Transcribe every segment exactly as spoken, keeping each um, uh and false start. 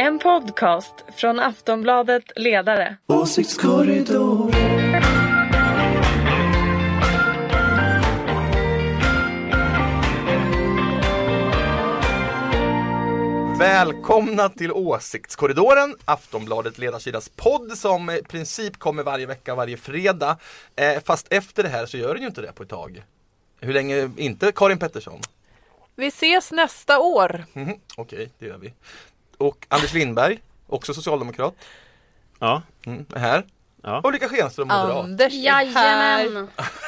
En podcast från Aftonbladet Ledare. Åsiktskorridor. Välkomna till Åsiktskorridoren, Aftonbladet Ledarsidas podd som i princip kommer varje vecka, varje fredag. Eh, fast efter det här så gör den ju inte det på ett tag. Hur länge inte, Karin Pettersson? Vi ses nästa år. Mm, Okej, okay, det gör vi. Och Anders Lindberg, också socialdemokrat. Ja. Mm, är här. Ja. Och Ulrika Schenström, moderat. Anders är här.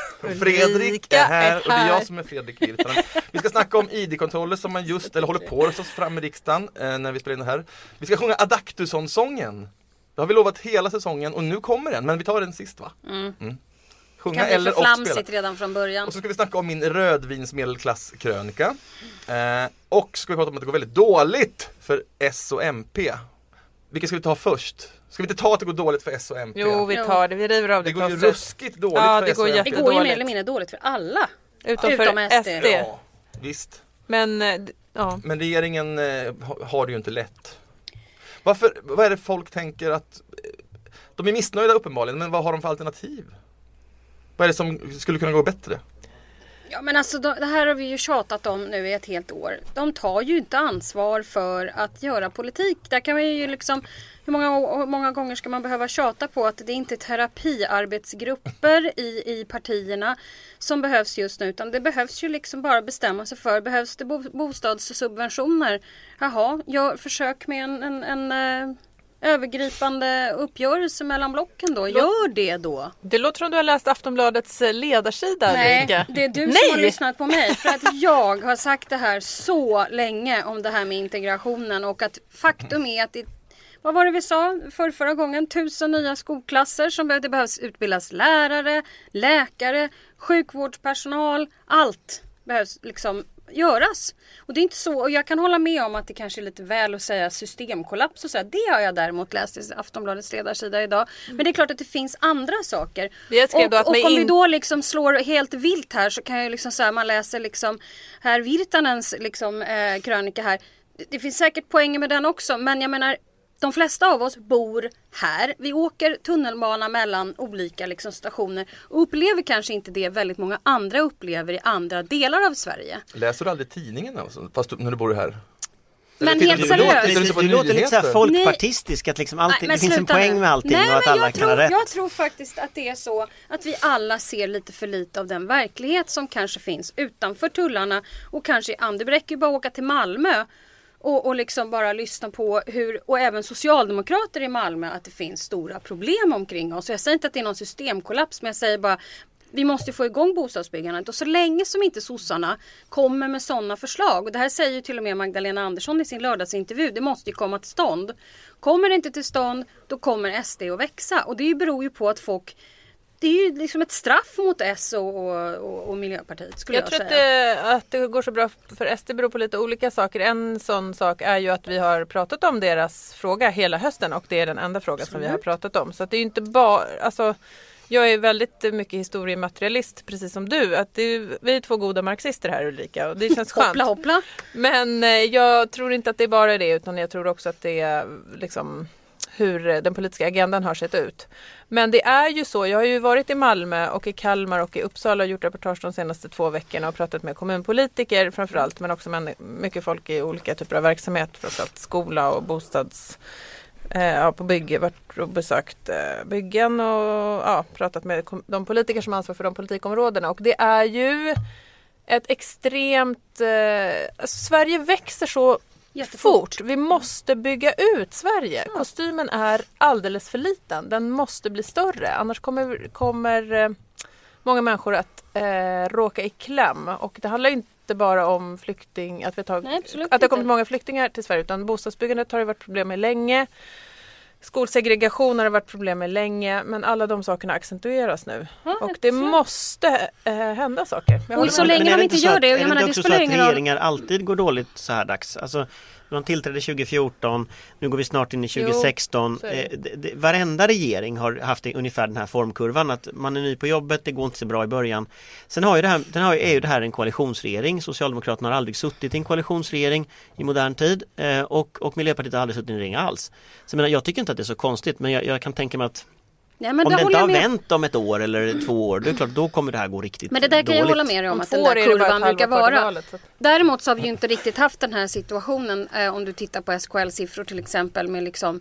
Fredrik är här och det är jag som är Fredrik Virtanen. Vi ska snacka om I D-kontroller som man just, eller håller på att röstas fram i riksdagen eh, när vi spelar in det här. Vi ska sjunga Adaktusson-sången. Det har vi lovat hela säsongen och nu kommer den, men vi tar den sist va? Mm. Mm. Sjunga kan bli eller för och flamsigt spela. redan från början. Och så ska vi snacka om min rödvinsmedelklasskrönika. Eh, och ska vi prata om att det går väldigt dåligt för S och M P. Vilka ska vi ta först? Ska vi inte ta att det går dåligt för S och M P? Jo, vi tar det. Vi river av det. Det går ju Kasset. ruskigt dåligt Ja, för det S går och M P. Det går ju mer dåligt. eller mindre dåligt för alla. Utom, Utom för S D. S D. Ja, visst. Men, eh, d- ja. Men regeringen eh, ha- har det ju inte lätt. Varför, vad är det folk tänker att... eh, De är missnöjda uppenbarligen, men vad har de för alternativ? Vad är det som skulle kunna gå bättre? Ja, men alltså de, det här har vi ju tjatat om nu i ett helt år. De tar ju inte ansvar för att göra politik. Där kan man ju liksom... Hur många, hur många gånger ska man behöva tjata på att det inte är terapiarbetsgrupper i, i partierna som behövs just nu, utan det behövs ju liksom bara bestämma sig för, behövs det bo, bostadssubventioner? Jaha, jag försök med en, en, en eh, övergripande uppgörelse mellan blocken då. Gör det då. Det låter som du har läst Aftonbladets eh, ledarsida. Nej, Ulrika. det är du Nej! som har lyssnat på mig. För att jag har sagt det här så länge om det här med integrationen. Och att faktum är att det, vad var det vi sa för förra gången? Tusen nya skolklasser som behövs, det behövs utbildas lärare, läkare, sjukvårdspersonal. Allt behövs liksom göras. Och det är inte så, och jag kan hålla med om att det kanske är lite väl att säga systemkollaps och så här. Det har jag däremot läst i Aftonbladets ledarsida idag. Men det är klart att det finns andra saker. Jag skrev Och, då att och med om in- vi då liksom slår helt vilt här så kan jag liksom säga, man läser liksom här Virtanens liksom eh, krönika här. Det, det finns säkert poänger med den också, men jag menar de flesta av oss bor här. Vi åker tunnelbana mellan olika liksom, stationer och upplever kanske inte det väldigt många andra upplever i andra delar av Sverige. Läser du aldrig tidningen alltså, fast du, när du bor här? Men Eller helt tittar Du du- seriöst. tittar låter, du på du låter lite så här nyheter? folkpartistisk, att liksom alltid, Nej, det finns en sluta poäng nu. med allting. Nej, Och att men alla jag kan tror, ha rätt. Jag tror faktiskt att det är så att vi alla ser lite för lite av den verklighet som kanske finns utanför tullarna. Och kanske i andra, det räcker ju bara att åka till Malmö och, och liksom bara lyssna på hur, och även socialdemokrater i Malmö, att det finns stora problem omkring oss. Jag säger inte att det är någon systemkollaps, men jag säger bara vi måste få igång bostadsbyggandet. Och så länge som inte sossarna kommer med sådana förslag. Och det här säger ju till och med Magdalena Andersson i sin lördagsintervju. Det måste ju komma till stånd. Kommer det inte till stånd, då kommer S D att växa. Och det beror ju på att folk... Det är ju liksom ett straff mot S och, och, och, och Miljöpartiet skulle jag, Jag tror säga. att det, att det går så bra för S D beror på lite olika saker. En sån sak är ju att vi har pratat om deras fråga hela hösten. Och det är den enda frågan som vi har pratat om. Så att det är ju inte bara... Alltså, jag är väldigt mycket historiematerialist, precis som du. Att det är, vi är två goda marxister här, Ulrika, och det känns skönt. Hoppla, hoppla. Men eh, jag tror inte att det är bara det, utan jag tror också att det är liksom hur den politiska agendan har sett ut. Men det är ju så, jag har ju varit i Malmö och i Kalmar och i Uppsala och gjort reportage de senaste två veckorna och pratat med kommunpolitiker framförallt, men också med mycket folk i olika typer av verksamhet, framförallt skola och bostads... Ja, på bygge, varit och besökt eh, byggen och ja, pratat med kom- de politiker som ansvar för de politikområdena. Och det är ju ett extremt... Eh, alltså Sverige växer så fort. Vi måste bygga ut Sverige. Ja. Kostymen är alldeles för liten. Den måste bli större. Annars kommer, kommer eh, många människor att eh, råka i kläm. Och det handlar inte inte bara om flykting, att, vi tagit, Nej, att det har kommit många flyktingar till Sverige, utan bostadsbyggandet har det varit problem med länge. Skolsegregation har det varit problem med länge, men alla de sakerna accentueras nu. Ja, och det måste äh, hända saker. Och så länge de inte gör det, och jag menar, det spelar ingen roll. Regeringar alltid går dåligt så här dags. Alltså, De tillträdde tjugo fjorton, nu går vi snart in i tjugo sexton. Jo, eh, det, det, varenda regering har haft ungefär den här formkurvan att man är ny på jobbet, det går inte så bra i början. Sen har ju det här, den har ju, är ju det här en koalitionsregering. Socialdemokraterna har aldrig suttit i en koalitionsregering i modern tid eh, och, och Miljöpartiet har aldrig suttit i en regering alls. Så jag, menar, jag tycker inte att det är så konstigt, men jag, jag kan tänka mig att Ja, men om det det inte har med. vänt om ett år eller två år, då är klart, då kommer det här gå riktigt Men det där kan dåligt. jag hålla med dig om, Om att två den år där är det bara kurvan ett brukar halvår kvar till vara. valet, så att- Däremot så har vi ju inte riktigt haft den här situationen eh, om du tittar på S K L-siffror till exempel med liksom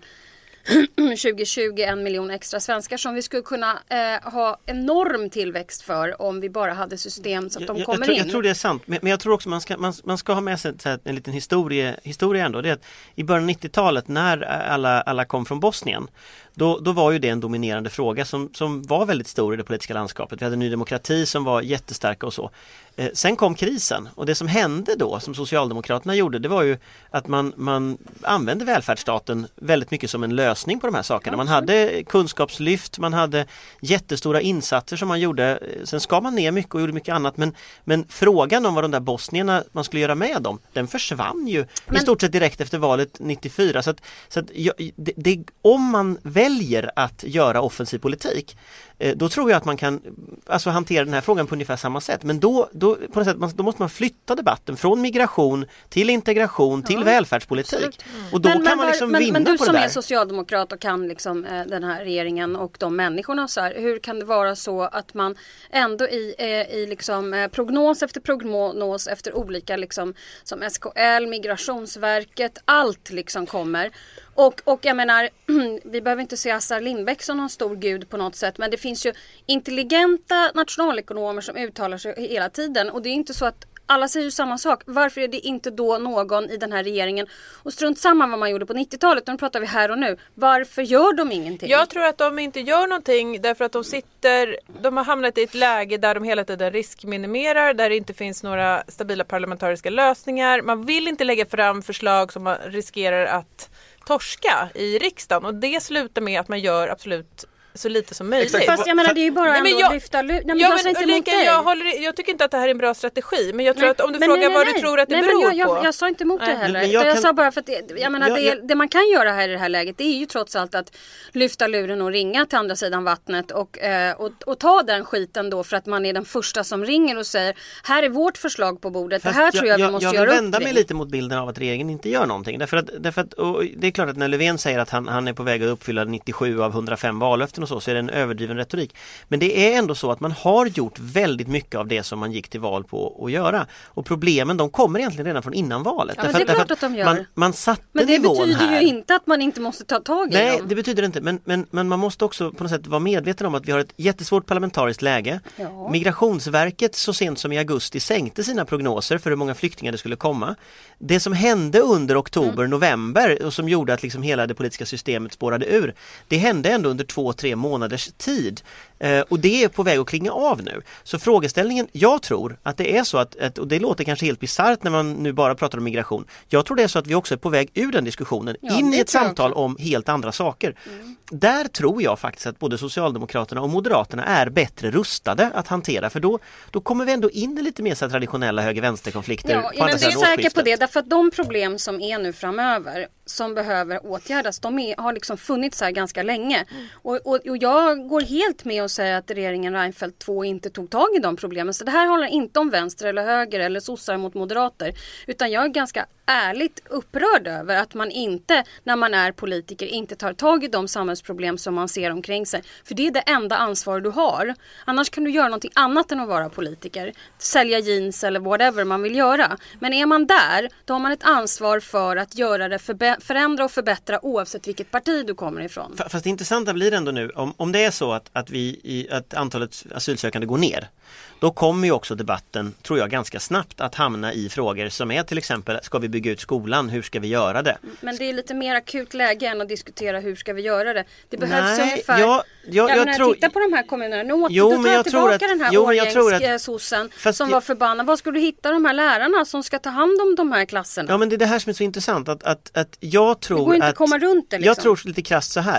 tjugo tjugo en miljon extra svenskar som vi skulle kunna eh, ha enorm tillväxt för om vi bara hade system så att de jag, kommer jag, tror, in. jag tror det är sant, men, men jag tror också man ska, man, man ska ha med sig så här, en liten historie, historia ändå. Det är att i början av nittiotalet när alla, alla kom från Bosnien, då, då var ju det en dominerande fråga som, som var väldigt stor i det politiska landskapet. Vi hade Ny demokrati som var jättestarka och så. Eh, sen kom krisen och det som hände då, som Socialdemokraterna gjorde, det var ju att man, man använde välfärdsstaten väldigt mycket som en lösning på de här sakerna. Man hade kunskapslyft, man hade jättestora insatser som man gjorde. Sen ska man ner mycket och gjorde mycket annat, men, men frågan om vad de där bosnierna man skulle göra med dem, den försvann ju Men- i stort sett direkt efter valet nittiofyra. Så att, så att jag, det, det, om man väljer att göra offensiv politik, eh, då tror jag att man kan alltså, hantera den här frågan på ungefär samma sätt. Men då, då, på något sätt, man, då måste man flytta debatten från migration till integration till Ja, välfärdspolitik. absolut. Och då men, kan men, man liksom men, vinna men du på det som där. är socialdemokrat och kan liksom, eh, den här regeringen och de människorna så här, hur kan det vara så att man ändå i, eh, i liksom, eh, prognos efter prognos efter olika liksom, som S K L, Migrationsverket, allt liksom kommer. Och, och jag menar, vi behöver inte se Assar Lindbeck som någon stor gud på något sätt, men det finns ju intelligenta nationalekonomer som uttalar sig hela tiden och det är inte så att alla säger ju samma sak. Varför är det inte då någon i den här regeringen? Och strunt samma vad man gjorde på nittiotalet, nu pratar vi här och nu. Varför gör de ingenting? Jag tror att de inte gör någonting därför att de sitter, de har hamnat i ett läge där de hela tiden riskminimerar, där det inte finns några stabila parlamentariska lösningar. Man vill inte lägga fram förslag som man riskerar att torska i riksdagen och det slutar med att man gör absolut så lite som möjligt. Exakt. Fast jag menar det är ju bara Nej, men ändå jag- att lyfta lu- Nej, men Ja, jag säger men inte emot Ulrika, dig. jag, håller, jag tycker inte att det här är en bra strategi, men jag tror Nej, att om du men frågar nej, nej, vad nej. du tror att det nej, beror men jag, på. jag, jag sa inte emot Nej. det heller. Men jag jag jag kan- sa bara för att det, jag menar, Jag- det, jag- det man kan göra här i det här läget det är ju trots allt att lyfta luren och ringa till andra sidan vattnet och, eh, och, och ta den skiten då för att man är den första som ringer och säger här är vårt förslag på bordet, Fast det här tror jag, vi måste jag göra vill upp vända mig kring. lite mot bilden av att regeringen inte gör någonting. Därför att, därför att och det är klart att när Löfven säger att han, han är på väg att uppfylla nittiosju av hundrafem vallöften och så, så är det en överdriven retorik. Men det är ändå så att man har gjort väldigt mycket av det som man gick till val på att göra. Och problemen de kommer egentligen redan från innan valet. Ja, men det är klart att de gör. Man, man satte Men det nivån betyder här. ju inte att man inte måste ta tag i Nej, dem. det betyder inte. Men, men, men man måste också på något sätt vara medveten om att vi har ett jättesvårt parlamentariskt läge. Ja. Migrationsverket så sent som i augusti sänkte sina prognoser för hur många flyktingar det skulle komma. Det som hände under oktober, november och som gjorde att liksom hela det politiska systemet spårade ur, det hände ändå under två, tre månaders tid. Eh, och det är på väg att klinga av nu. Så frågeställningen, jag tror att det är så att, att och det låter kanske helt bisarrt när man nu bara pratar om migration. Jag tror det är så att vi också är på väg ur den diskussionen Ja, in det i ett tror jag samtal också. om helt andra saker. Mm. Där tror jag faktiskt att både Socialdemokraterna och Moderaterna är bättre rustade att hantera, för då, då kommer vi ändå in i lite mer så traditionella höger-vänster-konflikter Ja, på men andra jag är sidan säker på årsskiftet. det, därför att de problem som är nu framöver som behöver åtgärdas, de är, har liksom funnits här ganska länge. Mm. Och, och, och jag går helt med och säger att regeringen Reinfeldt två inte tog tag i de problemen. Så det här handlar inte om vänster eller höger eller sossar mot moderater, utan jag är ganska ärligt upprörd över att man inte, när man är politiker, inte tar tag i de samhällsproblem som man ser omkring sig. För det är det enda ansvar du har. Annars kan du göra någonting annat än att vara politiker. Sälja jeans eller whatever man vill göra. Men är man där, då har man ett ansvar för att göra det, förbe- förändra och förbättra oavsett vilket parti du kommer ifrån. F- Fast det intressanta blir ändå nu, om, om det är så att, att, vi, i, att antalet asylsökande går ner, då kommer ju också debatten, tror jag, ganska snabbt att hamna i frågor som är till exempel, ska vi bygga ut skolan, hur ska vi göra det? Men det är lite mer akut läge än att diskutera hur ska vi göra det. Det behövs Nej, ungefär... jag, jag, Ja, jag men tror... titta på de här kommunerna. Nu åter, Jo, du men tar jag tillbaka tror att- den här jo, men jag tror att- Årjängs-sossen Fast som jag- var förbannad. Var skulle du hitta de här lärarna som ska ta hand om de här klasserna? Ja, men det är det här som är så intressant att, att, att jag det tror går inte att att komma runt det liksom. jag tror lite krasst så här.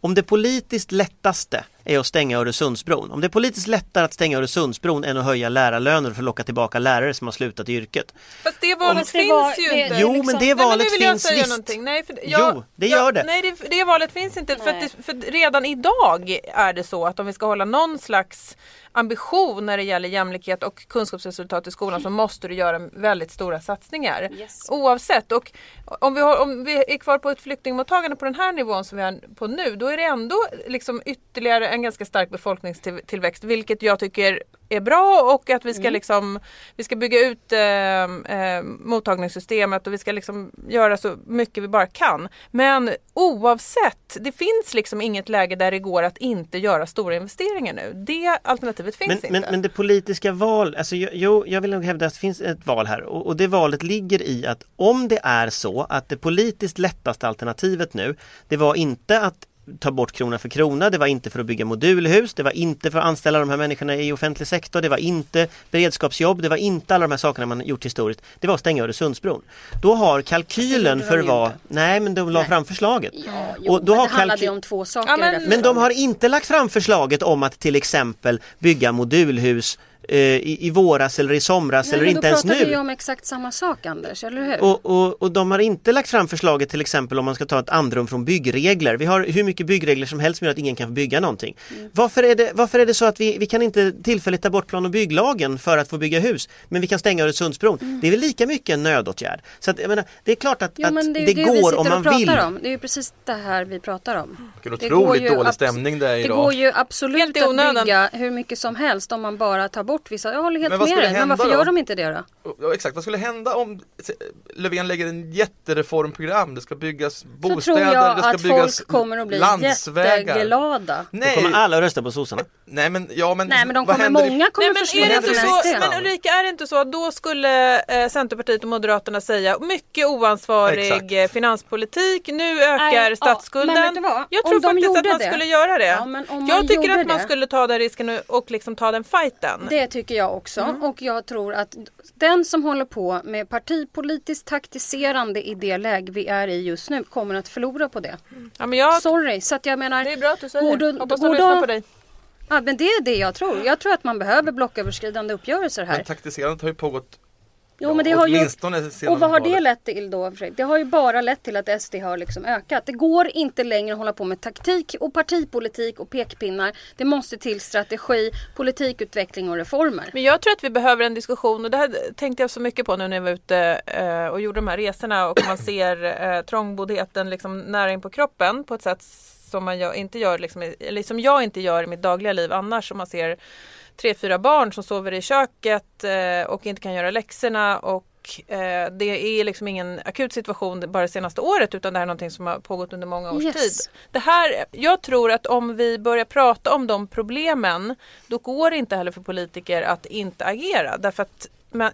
om det politiskt lättaste är att stänga Öresundsbron, om det är politiskt lättare att stänga Öresundsbron än att höja lärarlöner för att locka tillbaka lärare som har slutat i yrket. Fast det valet Om, finns var, ju det, inte. Jo, liksom, men det valet nej, men finns visst. Nej, för jag, jo, det gör jag, det. Nej, det, det valet finns inte. För, att det, för redan idag är det så att om vi ska hålla någon slags ambition när det gäller jämlikhet och kunskapsresultat i skolan så måste du göra väldigt stora satsningar. Yes. Oavsett. Och om vi, har, om vi är kvar på ett flyktingmottagande på den här nivån som vi är på nu, då är det ändå liksom ytterligare en ganska stark befolkningstillväxt, vilket jag tycker är bra, och att vi ska, mm. liksom, vi ska bygga ut eh, eh, mottagningssystemet och vi ska liksom göra så mycket vi bara kan. Men oavsett, det finns liksom inget läge där det går att inte göra stora investeringar nu. Det alternativet finns men, inte. Men, men det politiska val, alltså, jo, jag vill nog hävda att det finns ett val här, och, och det valet ligger i att om det är så att det politiskt lättaste alternativet nu, det var inte att ta bort krona för krona, det var inte för att bygga modulhus, det var inte för att anställa de här människorna i offentlig sektor, det var inte beredskapsjobb, det var inte alla de här sakerna man gjort historiskt, det var att stänga Öresundsbron. Då har kalkylen för vad... Nej, men de la nej. fram förslaget. Ja, jo, och då men har det handlade kalky... om två saker. Ja, men... men de har inte lagt fram förslaget om att till exempel bygga modulhus I, i våras eller i somras nej, eller inte ens nu. Då pratar vi om exakt samma sak, Anders, eller hur? Och, och, och de har inte lagt fram förslaget till exempel om man ska ta ett andrum från byggregler. Vi har hur mycket byggregler som helst som gör att ingen kan få bygga någonting. Mm. Varför, är det, varför är det så att vi, vi kan inte tillfälligt ta bort plan- och bygglagen för att få bygga hus, men vi kan stänga Öresundsbron? Mm. Det är väl lika mycket en nödåtgärd. Så att, jag menar, det är klart att, jo, att det, det, det går om man vill. Om. Det är ju precis det här vi pratar om. Vilken otroligt dålig stämning det är idag. Det går ju absolut att bygga hur mycket som helst om man bara tar bort vissa. Jag håller helt men, med men varför då? Gör de inte det då? Ja, exakt, vad skulle hända om Löfven lägger en jättereformprogram? Det ska byggas bostäder, så tror jag det ska att byggas folk kommer att bli landsvägar. Jätteglada. Nej. Då kommer alla att rösta på sossarna. Nej men, ja, men, Nej, men de kommer, många kommer Nej, men försvinna. Är det inte så, men Ulrika, är det inte så att då skulle eh, Centerpartiet och Moderaterna säga mycket oansvarig exakt. finanspolitik, nu ökar Nej, statsskulden. Ja, men jag tror faktiskt att man det. skulle göra det. Ja, men om man jag tycker att man det. skulle ta den risken och, och liksom ta den fighten. Det tycker jag också. Mm. Och jag tror att den som håller på med partipolitiskt taktiserande i det läge vi är i just nu kommer att förlora på det. Ja, men jag... Sorry, så att jag menar... Det är bra att du säger det. Hoppas att lyssnar på dig. Ja, men det är det jag tror. Jag tror att man behöver blocköverskridande uppgörelser här. Men taktiserandet har ju pågått. Jo, ja, men det har ju, och vad har det lett till då? Det har ju bara lett till att S D har liksom ökat. Det går inte längre att hålla på med taktik och partipolitik och pekpinnar. Det måste till strategi, politikutveckling och reformer. Men jag tror att vi behöver en diskussion, och det här tänkte jag så mycket på nu när jag var ute eh, och gjorde de här resorna, och man ser eh, trångboddheten liksom nära in på kroppen på ett sätt som man gör, inte gör liksom, eller som jag inte gör i mitt dagliga liv annars, som man ser tre, fyra barn som sover i köket eh, och inte kan göra läxorna, och eh, det är liksom ingen akut situation bara det senaste året, utan det här är någonting som har pågått under många års yes. tid. Det här, jag tror att om vi börjar prata om de problemen, då går det inte heller för politiker att inte agera, därför att man,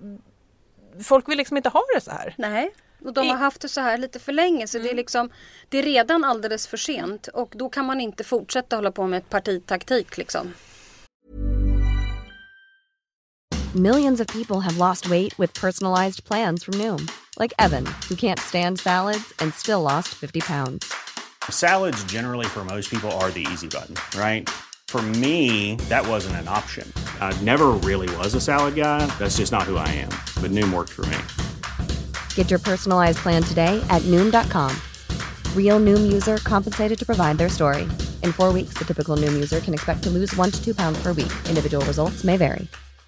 folk vill liksom inte ha det så här. Nej. Och de har haft det så här lite för länge, så mm. det är liksom det är redan alldeles för sent, och då kan man inte fortsätta hålla på med ett partitaktik liksom. Millions of people have lost weight with personalized plans from Noom. Like Evan, who can't stand salads and still lost fifty pounds. Salads generally for most people are the easy button, right? For me, that wasn't an option. I never really was a salad guy. That's just not who I am. But Noom worked for me. Get your personalized plan today at Noom dot com. Real Noom user compensated to provide their story. In four weeks, the typical Noom user can expect to lose one to two pounds per week. Individual results may vary.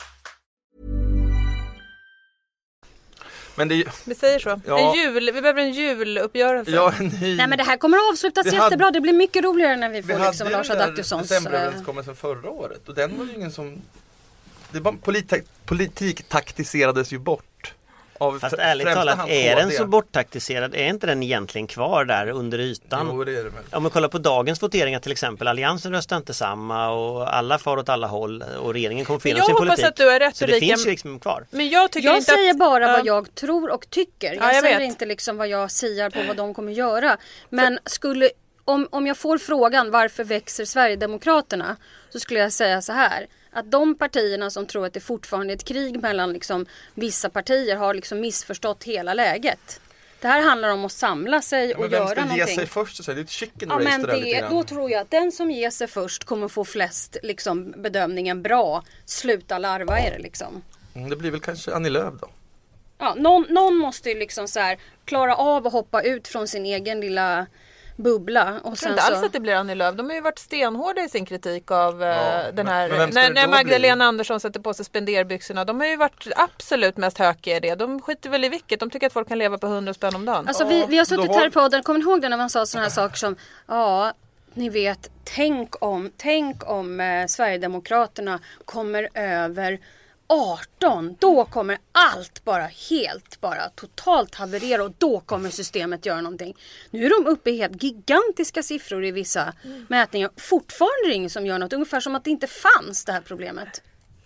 Men det, vi säger så. Ja. En jul, vi behöver en juluppgörelse. Ja, ny... Nej, men det här kommer att avslutas vi jättebra. Hade... Det blir mycket roligare när vi får vi liksom Lars Adaktussons... Vi hade ju decemberöverenskommelsen förra året, och den var ju ingen som... Det var politik, politik taktiserades ju bort. Fast ärligt talat, är den så borttaktiserad? Är inte den egentligen kvar där under ytan? Jo, det är det väl. Om man kollar på dagens voteringar till exempel, Alliansen röstar inte samma och alla far åt alla håll och regeringen kommer finna sin politik. Jag hoppas att du är rätt, så det finns ju liksom kvar. Men jag tycker jag inte säger att, bara uh, vad jag tror och tycker. Jag, ja, jag säger vet. inte liksom vad jag säger på vad de kommer göra. Men skulle, om, om jag får frågan varför växer Sverigedemokraterna, så skulle jag säga så här. Att de partierna som tror att det fortfarande är ett krig mellan liksom vissa partier har liksom missförstått hela läget. Det här handlar om att samla sig Ja, och men vem göra ska någonting. ge sig först? Så är det ett chicken Ja, race men det där lite det, grann. då tror jag att den som ger sig först kommer få flest liksom, bedömningen bra. Sluta larva är det liksom. Mm, det blir väl kanske Annie Lööf då. Ja, någon, någon måste ju liksom så här, klara av att hoppa ut från sin egen lilla bubbla. Och Jag tror sen inte alls så... att det blir Annie Lööf. De har ju varit stenhårda i sin kritik av Ja, uh, den men- här... men vem ska när det när då Magdalena bli? Andersson sätter på sig spenderbyxorna. De har ju varit absolut mest hökiga i det. De skiter väl i vilket. De tycker att folk kan leva på hundra spänn om dagen. Alltså vi, vi har suttit då har- här i podden, kommer ni ihåg det när man sa sådana här saker som ja, ni vet, tänk om, tänk om eh, Sverigedemokraterna kommer över arton, då kommer allt bara helt bara totalt haverera och då kommer systemet göra någonting. Nu är de uppe i helt gigantiska siffror i vissa mm. mätningar. Fortfarande är det ingen som gör något, ungefär som att det inte fanns det här problemet.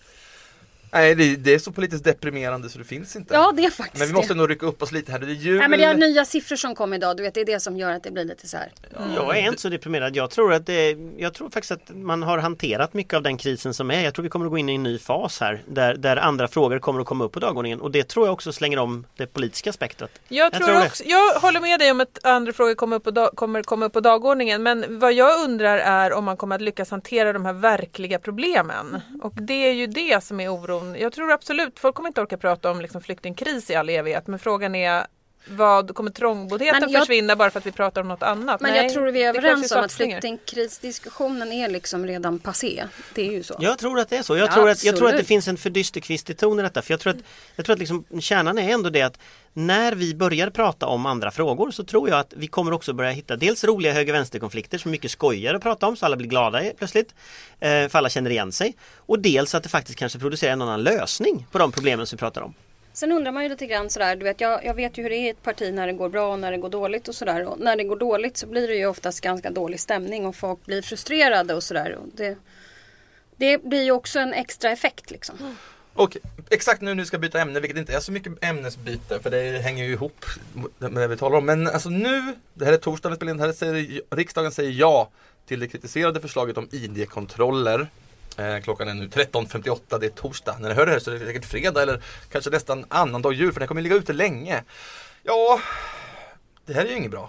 Nej, det, det är så politiskt deprimerande så det finns inte. Ja, det är faktiskt Men vi måste det. nog rycka upp oss lite här. Det är jul. Nej, men det är nya siffror som kom idag, du vet, det är det som gör att det blir lite så här. Mm. Jag är inte så deprimerad. Jag tror att det, jag tror faktiskt att man har hanterat mycket av den krisen som är. Jag tror vi kommer att gå in i en ny fas här där, där andra frågor kommer att komma upp på dagordningen och det tror jag också slänger om det politiska spektrat. Jag, tror tror det. också, jag håller med dig om att andra frågor kommer upp, på da, kommer komma upp på dagordningen. Men vad jag undrar är om man kommer att lyckas hantera de här verkliga problemen. Och det är ju det som är oron. Jag tror absolut, folk kommer inte orka prata om liksom flyktingkris i all evighet. Men frågan är, vad kommer trångboddheten Men jag- försvinna bara för att vi pratar om något annat? Men Nej, jag tror vi är det krävs överens ju om att satsningar. flyktingkrisdiskussionen är liksom redan passé. Det är ju så. Jag tror att det är så. Jag, Ja, tror, att, jag tror att det absolut. finns en för dysterkvistig ton i detta. För jag tror att, jag tror att liksom, kärnan är ändå det att när vi börjar prata om andra frågor så tror jag att vi kommer också börja hitta dels roliga höger-vänster-konflikter som är mycket skojigare att prata om så alla blir glada plötsligt. Eh, för alla känner igen sig. Och dels att det faktiskt kanske producerar en annan lösning på de problemen som vi pratar om. Sen undrar man ju lite grann sådär, du vet, jag, jag vet ju hur det är i ett parti när det går bra och när det går dåligt och sådär. Och när det går dåligt så blir det ju oftast ganska dålig stämning och folk blir frustrerade och sådär. Och det, det blir ju också en extra effekt liksom. Och exakt nu nu ska byta ämne, vilket inte är så mycket ämnesbyte för det hänger ju ihop med det vi talar om. Men alltså nu, det här är torsdagen vi spelar in, här säger, riksdagen säger ja till det kritiserade förslaget om I D-kontroller. Eh, klockan är nu tretton femtioåtta, det är torsdag. När ni hör det här så är det säkert fredag eller kanske nästan annan dag jul för det kommer ligga ute länge. Ja, det här är ju inget bra.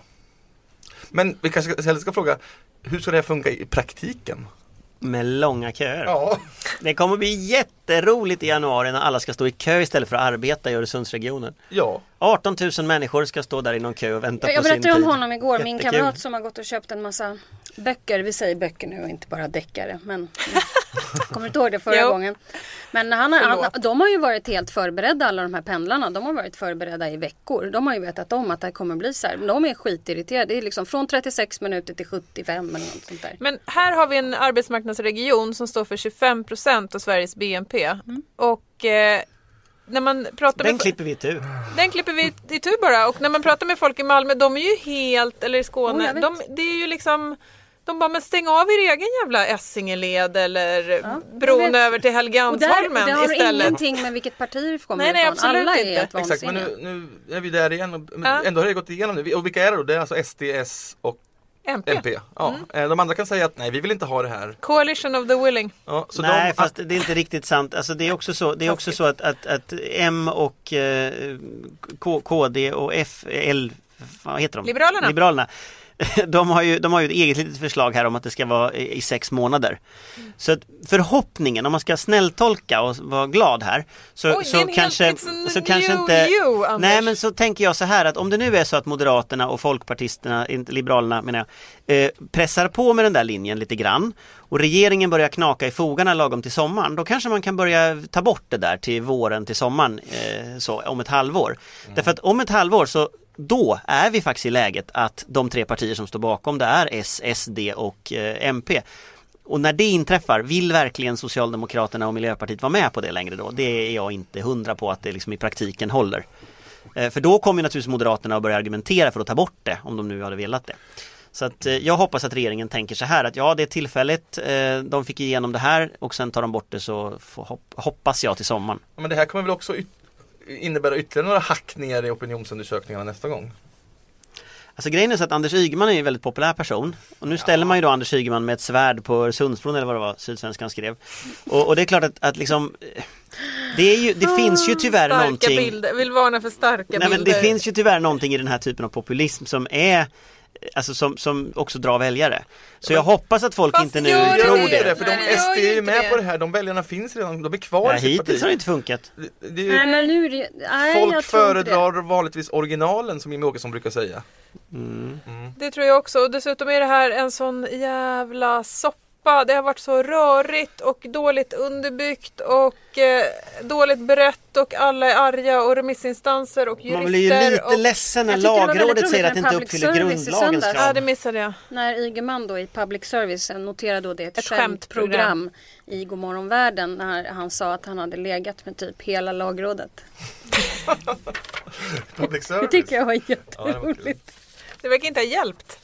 Men vi kanske ska, ska fråga, hur ska det här funka i praktiken? Med långa köer. Ja. Det kommer bli jätteroligt i januari när alla ska stå i kö istället för att arbeta i Öresundsregionen. Ja. arton tusen människor ska stå där i någon kö och vänta Jag, jag på sin tid. berättade om honom igår, min Jättekul. kamrat som har gått och köpt en massa böcker. Vi säger böcker nu och inte bara deckare. Men kommer inte ihåg det förra Jo. gången. Men han, har- han, Förlåt. de har ju varit helt förberedda, alla de här pendlarna. De har varit förberedda i veckor. De har ju vetat om att det kommer bli så här. Men de är skitirriterade. Det är liksom från trettiosex minuter till sjuttiofem eller något sånt där. Men här har vi en arbetsmarknadsregion som står för tjugofem procent av Sveriges B N P. Mm. Och eh, när man pratar Den med... klipper vi tur. Den klipper vi i tur bara. Och när man pratar med folk i Malmö, de är ju helt, eller i Oh, Skåne, jag vet. de, det är ju liksom... De bara, men stäng av er egen jävla Essingeled eller jag bron vet. över till Och där, Helgeandsholmen det har istället. ingenting med vilket parti det kommer Nej, nej, ifrån. absolut Alla är inte. helt Exakt, men vansinniga. nu, nu är vi där igen. Och, men Ja. ändå har det gått igenom nu. Och vilka är det då? Det är alltså S D, S och M P. M P. Ja. Eh, De andra kan säga att nej, vi vill inte ha det här. Coalition of the Willing. Ja, så Nej, de, fast det är inte riktigt sant. Alltså, det är också så, det är också så att, att, att M och eh, K- KD och F, L, vad heter de? Liberalerna. Liberalerna. De har, ju, de har ju ett eget litet förslag här om att det ska vara i, i sex månader. Mm. Så att förhoppningen, om man ska snälltolka och vara glad här, så, Oj, det är så en kanske, helt- it's a så new kanske inte... you, Anders. Nej, men så tänker jag så här att om det nu är så att Moderaterna och Folkpartisterna, inte Liberalerna menar jag, eh, pressar på med den där linjen lite grann och regeringen börjar knaka i fogarna lagom till sommaren, då kanske man kan börja ta bort det där till våren, till sommaren, eh, så, om ett halvår. Mm. Därför att om ett halvår så då är vi faktiskt i läget att de tre partier som står bakom det är S, S D och eh, M P. Och när det inträffar, vill verkligen Socialdemokraterna och Miljöpartiet vara med på det längre då? Det är jag inte hundra på att det liksom i praktiken håller. Eh, för då kommer ju naturligtvis Moderaterna att börja argumentera för att ta bort det, om de nu hade velat det. Så att, eh, jag hoppas att regeringen tänker så här att ja, det är tillfälligt, eh, de fick igenom det här och sen tar de bort det, så får, hopp, hoppas jag till sommaren. ja, men det här kommer väl också yt- innebära ytterligare några hackningar i opinionsundersökningarna nästa gång. Alltså grejen är så att Anders Ygeman är en väldigt populär person. Och nu ställer man ju då Anders Ygeman med ett svärd på Öresundsbron eller vad det var Sydsvenskan skrev. Och, och det är klart att, att liksom... det, är ju, det finns ju tyvärr starka någonting... bilder. Vill varna för starka Nej, bilder. men det finns ju tyvärr någonting i den här typen av populism som är... Alltså som, som också drar väljare. Så jag hoppas att folk Fast inte nu gör tror det, det. för Nej, de det gör S D ju är ju inte med det. på det här. De väljarna finns redan, de är kvar Ja, i sitt hittills parti. har det inte funkat. Det, det är ju, Nej, men nu är det, nej, folk jag tror inte det. föredrar vanligtvis originalen, som Jimmie Åkesson brukar säga. Mm. Det tror jag också. Och dessutom är det här en sån jävla soppa. Det har varit så rörigt och dåligt underbyggt och eh, dåligt berett och alla är arga och remissinstanser och jurister. Man blir ju lite och... ledsen när Jag tyckte det var väldigt lagrådet roligt säger när att det inte public uppfyller service i grundlagens söndags. Ja, krav. det missade jag. När Ygeman då i public service noterade då det ett, Ett skämtprogram skämtprogram. i Godmorgonvärlden när han sa att han hade legat med typ hela lagrådet. Public Det service. tycker jag var Ja, det var kul. jätteroligt. Det verkar inte ha hjälpt.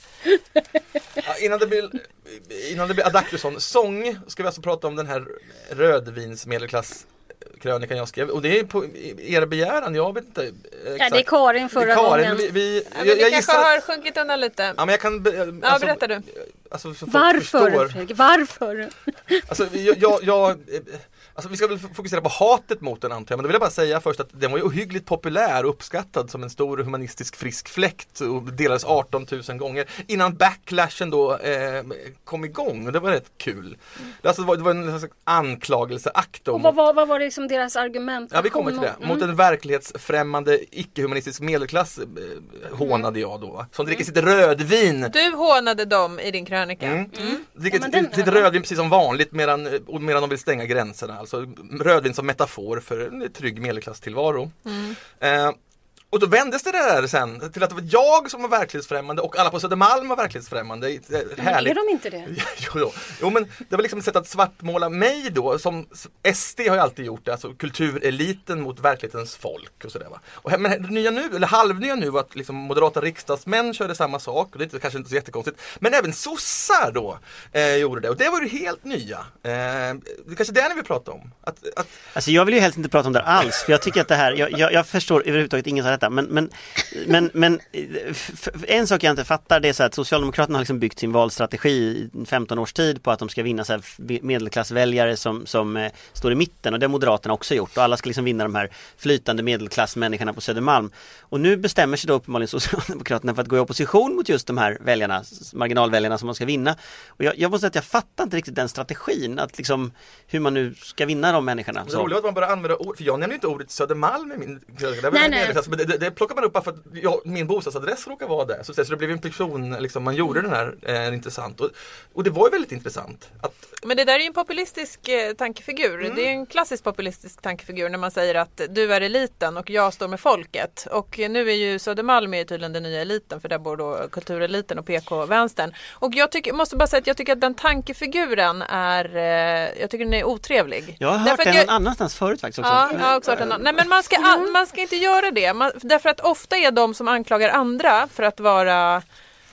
Ja, innan det blir, innan det blir Adaktusson sång ska vi alltså prata om den här rödvinsmedelklass krönikan jag skrev. Och det är på er begäran, jag vet inte exakt. Ja, det är Karin förra Det är Karin, gången. Vi, vi, Ja, men jag, vi jag kanske gissar... har sjunkit undan lite. Ja, men jag kan... be- Ja, Alltså, berättar du. alltså, så folk Varför, förstår. Fredrik? Varför? Alltså, jag, jag, jag, alltså, vi ska väl fokusera på hatet mot den, antar jag. Men då vill jag bara säga först att den var ju ohyggligt populär och uppskattad som en stor humanistisk frisk fläkt och delades arton tusen gånger innan backlashen då eh, kom igång. Och det var rätt kul. Det, alltså, var, det var en slags anklagelseakt om... Och vad, vad, vad var det liksom deras argument? Ja, vi kommer till det. Mot en verklighetsfrämmande icke-humanistisk medelklass eh, hånade jag då. Som dricker sitt rödvin. Du hånade dem i din krönika. Mm. Dricker Ja, men den- sitt, sitt rödvin precis som vanligt medan, medan de vill stänga gränserna. Alltså rödvin som metafor för en trygg medelklasstillvaro. Mm. Eh, Och då vändes det där sen till att det var jag som var verklighetsfrämmande och alla på Södermalm var verklighetsfrämmande. Men är de inte det? jo, jo. jo, men det var liksom ett sätt att svartmåla mig då. Som S D har ju alltid gjort det, alltså kultureliten mot verklighetens folk och sådär va. Och, men det nya nu, eller halvnya nu var att liksom moderata riksdagsmän körde samma sak. Och det är inte, kanske inte så jättekonstigt. Men även sossar då eh, gjorde det. Och det var ju helt nya. Eh, det är kanske det ni vill prata om. Att, att... Alltså jag vill ju helst inte prata om det alls. För jag tycker att det här, jag, jag, jag förstår överhuvudtaget inget av detta. Men, men, men, men f- en sak jag inte fattar, det är så att Socialdemokraterna har liksom byggt sin valstrategi i femton års tid på att de ska vinna så här medelklassväljare som, som eh, står i mitten, och det har Moderaterna också gjort, och alla ska liksom vinna de här flytande medelklassmänniskorna på Södermalm. Och nu bestämmer sig då uppenbarligen Socialdemokraterna för att gå i opposition mot just de här väljarna, marginalväljarna som man ska vinna. Och jag, jag måste säga att jag fattar inte riktigt den strategin, att liksom hur man nu ska vinna de människorna. Det är roligt att man bara använder ord, för jag nämner inte ordet Södermalm i min krönika. Nej, nej. Det, det, det plockar man upp bara för att jag, min bostadsadress råkar vara där. Så, så det blev en person, liksom, man gjorde den här eh, intressant. Och, och det var ju väldigt intressant. Att, Men det där är ju en populistisk eh, tankefigur. Mm. Det är en klassisk populistisk tankefigur när man säger att du är eliten och jag står med folket. Och nu är ju Södermalm är ju tydligen den nya eliten, för där bor då kultureliten och P K-vänstern. Och jag tycker, måste bara säga att jag tycker att den tankefiguren är, eh, jag tycker den är otrevlig. Jag har hört Därför den att jag- någon annanstans förut faktiskt också. Ja, jag har också hört den. Nej, men man ska, all, man ska inte göra det. Man, därför att ofta är de som anklagar andra för att vara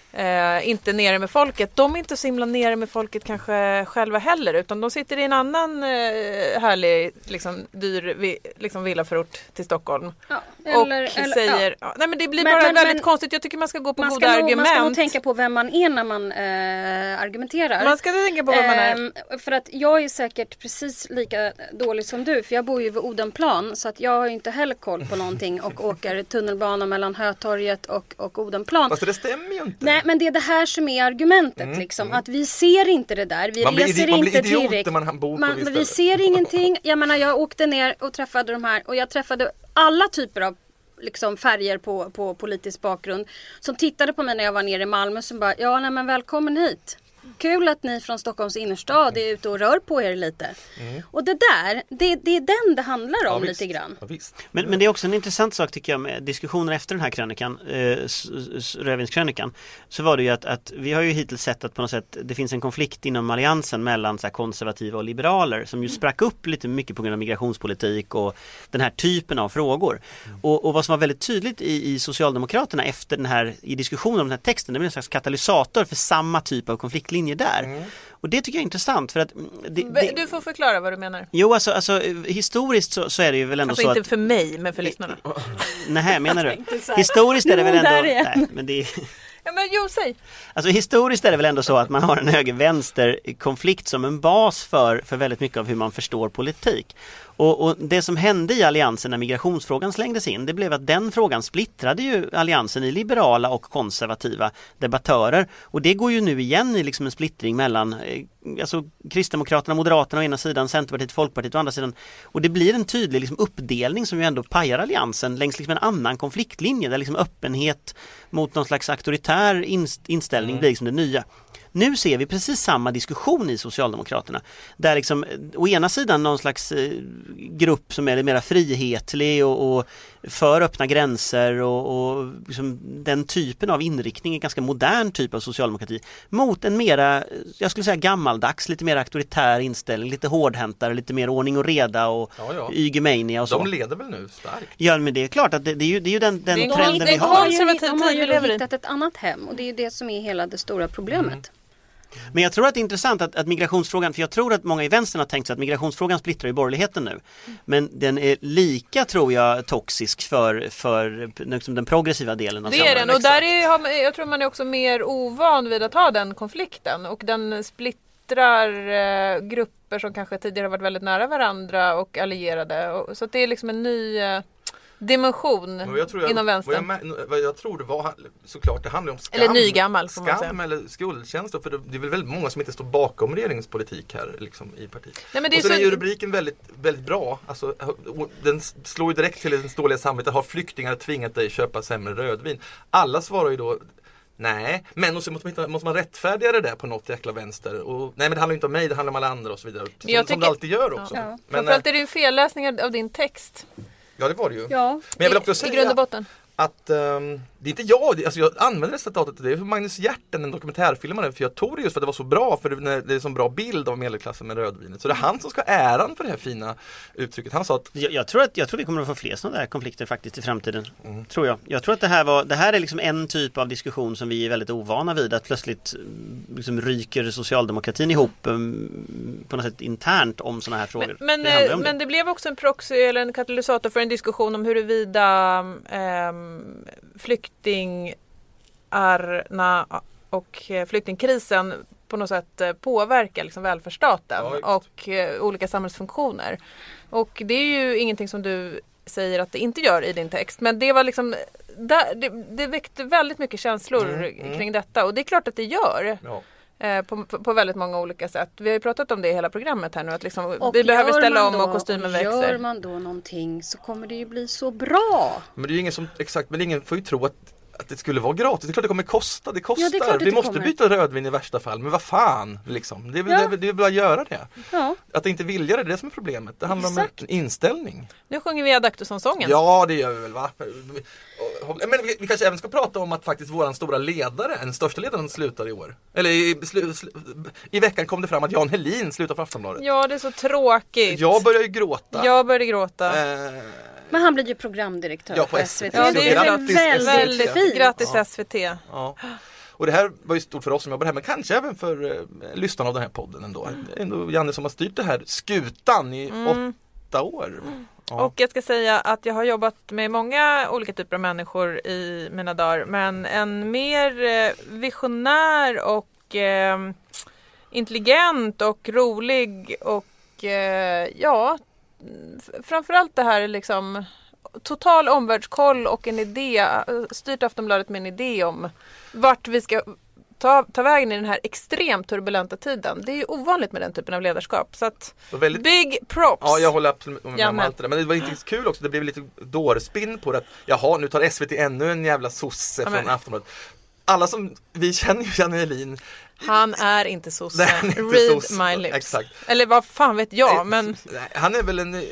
eh, inte nere med folket, de är inte så himla nere med folket kanske själva heller, utan de sitter i en annan eh, härlig, liksom, dyr vi, liksom villaförort till Stockholm. Ja, och eller- eller- säger, ja. ja, nej men det blir Men- bara men- väldigt men- konstigt. Jag tycker man ska gå på Man goda ska, nog, argument. man ska nog tänka på vem man är när man eh, argumenterar. Man ska tänka på vad man är. Ehm, för att jag är säkert precis lika dålig som du, för jag bor ju vid Odenplan, så att jag har ju inte heller koll på någonting och åker tunnelbana mellan Hötorget och, och Odenplan. fast det stämmer ju inte. Nej, men det är det här som är argumentet, Mm, liksom. mm. Att vi ser inte det där. Vi Man blir reser idi- man blir inte idiot tillräckligt. när man bor på Man, ett visst men vi ställe. ser ingenting. Jag menar, jag åkte ner och träffade de här, och jag träffade alla typer av liksom färger på, på politisk bakgrund som tittade på mig när jag var nere i Malmö, som bara, ja nej men välkommen hit. Kul att ni från Stockholms innerstad är ute och rör på er lite. Mm. Och det där, det, det är den det handlar om Ja, visst. lite grann. Ja, visst. Men, men det är också en intressant sak tycker jag med diskussionen efter den här krönikan, eh, s- s- rödvinskrönikan, så var det ju att, att vi har ju hittills sett att på något sätt det finns en konflikt inom alliansen mellan så här, konservativa och liberaler som ju sprack upp lite mycket på grund av migrationspolitik och den här typen av frågor. Och, och vad som var väldigt tydligt i, i Socialdemokraterna efter den här, i diskussionen om den här texten, det blev en slags katalysator för samma typ av konfliktlinje där. Mm. Och det tycker jag är intressant för att det, det, Du får förklara vad du menar. Jo, alltså, alltså historiskt så, så är det ju väl ändå Alltså så inte att... för mig, men för lyssnarna. Nej, menar du? så här. Historiskt är det väl Jo, ändå... där igen. Nej, men det är... Ja, men jo, säg. Alltså historiskt är det väl ändå så att man har en höger-vänster-konflikt som en bas för, för väldigt mycket av hur man förstår politik. Och, och det som hände i alliansen när migrationsfrågan slängdes in, det blev att den frågan splittrade ju alliansen i liberala och konservativa debattörer. Och det går ju nu igen i liksom en splittring mellan eh, alltså Kristdemokraterna, Moderaterna å ena sidan, Centerpartiet, Folkpartiet å andra sidan. Och det blir en tydlig liksom uppdelning som ju ändå pajar alliansen längs liksom en annan konfliktlinje där liksom öppenhet mot någon slags auktoritär inst- inställning mm. blir liksom det nya. Nu ser vi precis samma diskussion i Socialdemokraterna. Där liksom å ena sidan någon slags eh, grupp som är mer frihetlig och, och för öppna gränser och, och liksom den typen av inriktning, en ganska modern typ av socialdemokrati, mot en mera, jag skulle säga gammaldags, lite mer auktoritär inställning, lite hårdhäntare, lite mer ordning och reda och ja, ja. ygemania och så. De leder väl nu starkt? Ja, men det är klart att det, det, är, ju, det är ju den, den det är trenden vi de har. har ju, de har ju hittat ett annat hem och det är ju det som är hela det stora problemet. Mm. Men jag tror att det är intressant att, att migrationsfrågan, för jag tror att många i vänstern har tänkt sig att migrationsfrågan splittrar i borgerligheten nu. Men den är lika, tror jag, toxisk för, för liksom den progressiva delen av det är den, och där är, jag tror man är också mer ovan vid att ha den konflikten, och den splittrar eh, grupper som kanske tidigare har varit väldigt nära varandra och allierade, och, så att det är liksom en ny eh, dimension jag jag, inom vänstern. Vad jag, vad jag tror det var såklart, det handlar om skam. Eller nygammal, får man skam säga. Eller skuldkänsla, för det, det är väl väldigt många som inte står bakom regeringspolitik här liksom, i partiet. Nej, men det är och så så... är ju rubriken väldigt, väldigt bra. Alltså, den slår ju direkt till det dåliga samvetet. Har flyktingar tvingat dig köpa sämre rödvin? Alla svarar ju då nej, men och så måste man, måste man rättfärdiga det där på något jäkla vänster. Och, nej, men det handlar inte om mig, det handlar om alla andra och så vidare. Som, tycker... som det alltid gör också. Ja. Men, framförallt är det ju felläsningar av din text. Ja, det var det ju. Ja. Men jag vill också I, säga i grund och botten. att um, det är inte jag, det, alltså jag använder det citatet till det, för Magnus Hjärten, en dokumentärfilmare, för jag tog det just för att det var så bra, för det, det är en så bra bild av medelklassen med rödvinet. Så det är han som ska ha äran för det här fina uttrycket. Han sa att... Jag, jag, tror, att, jag tror vi kommer att få fler sådana där konflikter faktiskt i framtiden. Mm. Tror jag. Jag tror att det här, var, det här är liksom en typ av diskussion som vi är väldigt ovana vid. Att plötsligt liksom ryker socialdemokratin ihop um, på något sätt internt om sådana här frågor. Men, men, det, det. men det blev också en proxy eller en katalysator för en diskussion om huruvida um, flyktingarna och flyktingkrisen på något sätt påverkar liksom välfärdsstaten ja, och uh, olika samhällsfunktioner. Och det är ju ingenting som du säger att det inte gör i din text, men det var liksom där, det, det väckte väldigt mycket känslor mm, mm. kring detta, och det är klart att det gör. Ja. På, på väldigt många olika sätt. Vi har ju pratat om det i hela programmet här nu, att liksom, vi behöver ställa om då, och kostymen och växer. Gör man då någonting så kommer det ju bli så bra. Men det är ju ingen som, exakt, men ingen får ju tro att, att det skulle vara gratis. Det är klart det kommer kosta, det kostar. Ja, det vi måste kommer. byta rödvin i värsta fall, men vad fan liksom. Det är väl ja. det, det är bara att göra det. Ja. Att inte vilja det, det är det som är problemet. Det handlar exakt. om en inställning. Nu sjunger vi Adaktusson-sången. Ja, det gör vi väl, va? Men vi, vi kanske även ska prata om att faktiskt våran stora ledare, den största ledaren, slutar i år. Eller i, slu, slu, i veckan kom det fram att Jan Helin slutar för Aftonbladet. Ja, det är så tråkigt. Jag börjar ju gråta. Jag började gråta. Eh, Men han blir ju programdirektör ja, på S V T. Ja, det är väldigt, väldigt fint. Grattis ja. S V T. Ja. Och det här var ju stort för oss som jobbar här, men kanske även för eh, lyssnarna av den här podden ändå. Mm. ändå Janne som har styrt det här skutan i mm. åtta år. Ja. Och jag ska säga att jag har jobbat med många olika typer av människor i mina dagar, men en mer visionär och eh, intelligent och rolig och eh, ja, framförallt det här liksom total omvärldskoll och en idé, styrt Aftonbladet med en idé om vart vi ska ta, ta vägen i den här extremt turbulenta tiden. Det är ju ovanligt med den typen av ledarskap. Så att, väldigt, big props. Ja, jag håller absolut med om allt det där. Men det var inte kul också, det blev lite dårspinn på det. Att, jaha, nu tar S V T ännu en jävla sosse ja, från Aftonbladet. Alla som, vi känner ju Janne Helin. Han är inte sosse. Read sosse. My lips. Exakt. Eller vad fan vet jag, men... Han är väl en, en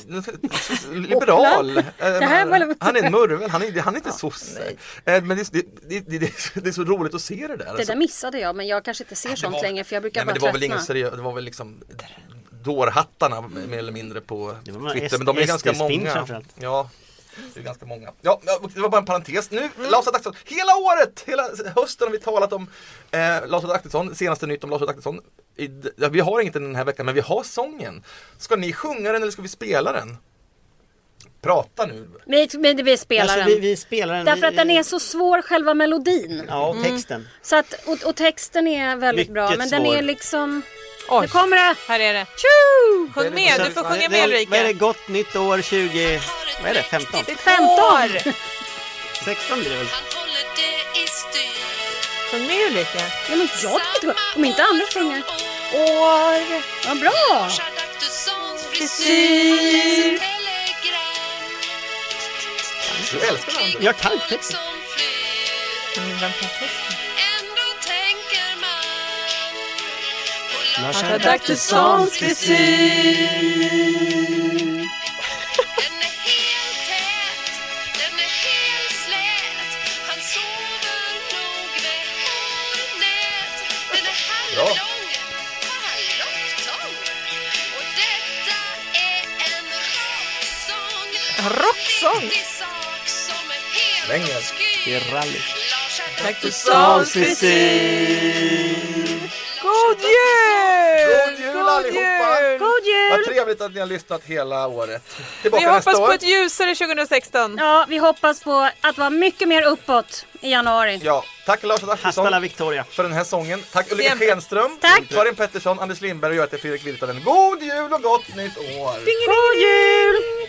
liberal. Han är en murvel, han är, han är inte ja, sosse. Nej. Men det, det, det, det, det är så roligt att se det där. Det alltså. där missade jag, men jag kanske inte ser sånt var, längre, för jag brukar nej, bara men det var tröttna. väl ingen seriös, det var väl liksom dårhattarna mer eller mindre på Twitter. Men de är ganska många. Ja. Det är ganska många. Ja, det var bara en parentes. Nu, mm. Lars Adaktusson, hela året, hela hösten har vi talat om eh, Lars Adaktusson, senaste nytt om Lars Adaktusson. I, ja, vi har inget den här veckan, men vi har sången. Ska ni sjunga den eller ska vi spela den? Prata nu. Vi, vi, vi spelar Alltså, den. vi, vi spelar den. Därför vi, att den är så svår, själva melodin. Ja, och texten. Så att, och, och texten är väldigt Mycket bra. Men den svår. är liksom... Oj, Nu kommer det! här är det. Tjo! Sjung med, du får sjunga med det, vad är det? Ulrika. Gott nytt år tjugo... Vad är det? femton? femton! sexton blir det väl? Sjung med Ulrika. Ja, men jag tycker inte... Om inte Anders sjunger. År. Vad bra! Frisyr. Du älskar den. Jag kan inte texten. Lars Adaktussons frisyr. Bra. Rocksång. Svänger. Det är rally. Adaktussons frisyr. God jul! God jul allihopa! God jul! Vad trevligt att ni har lyssnat hela året. Tillbaka Vi nästa hoppas år. på ett ljusare tjugohundrasexton. Ja, vi hoppas på att vara mycket mer uppåt i januari. Ja, tack Lars Hasta la Adaktusson Victoria. för den här sången. Tack Ulrika Sempre. Schenström. Tack. Karin Pettersson, Anders Lindberg och jag heter Fredrik Virtanen. God jul och gott nytt år! God jul!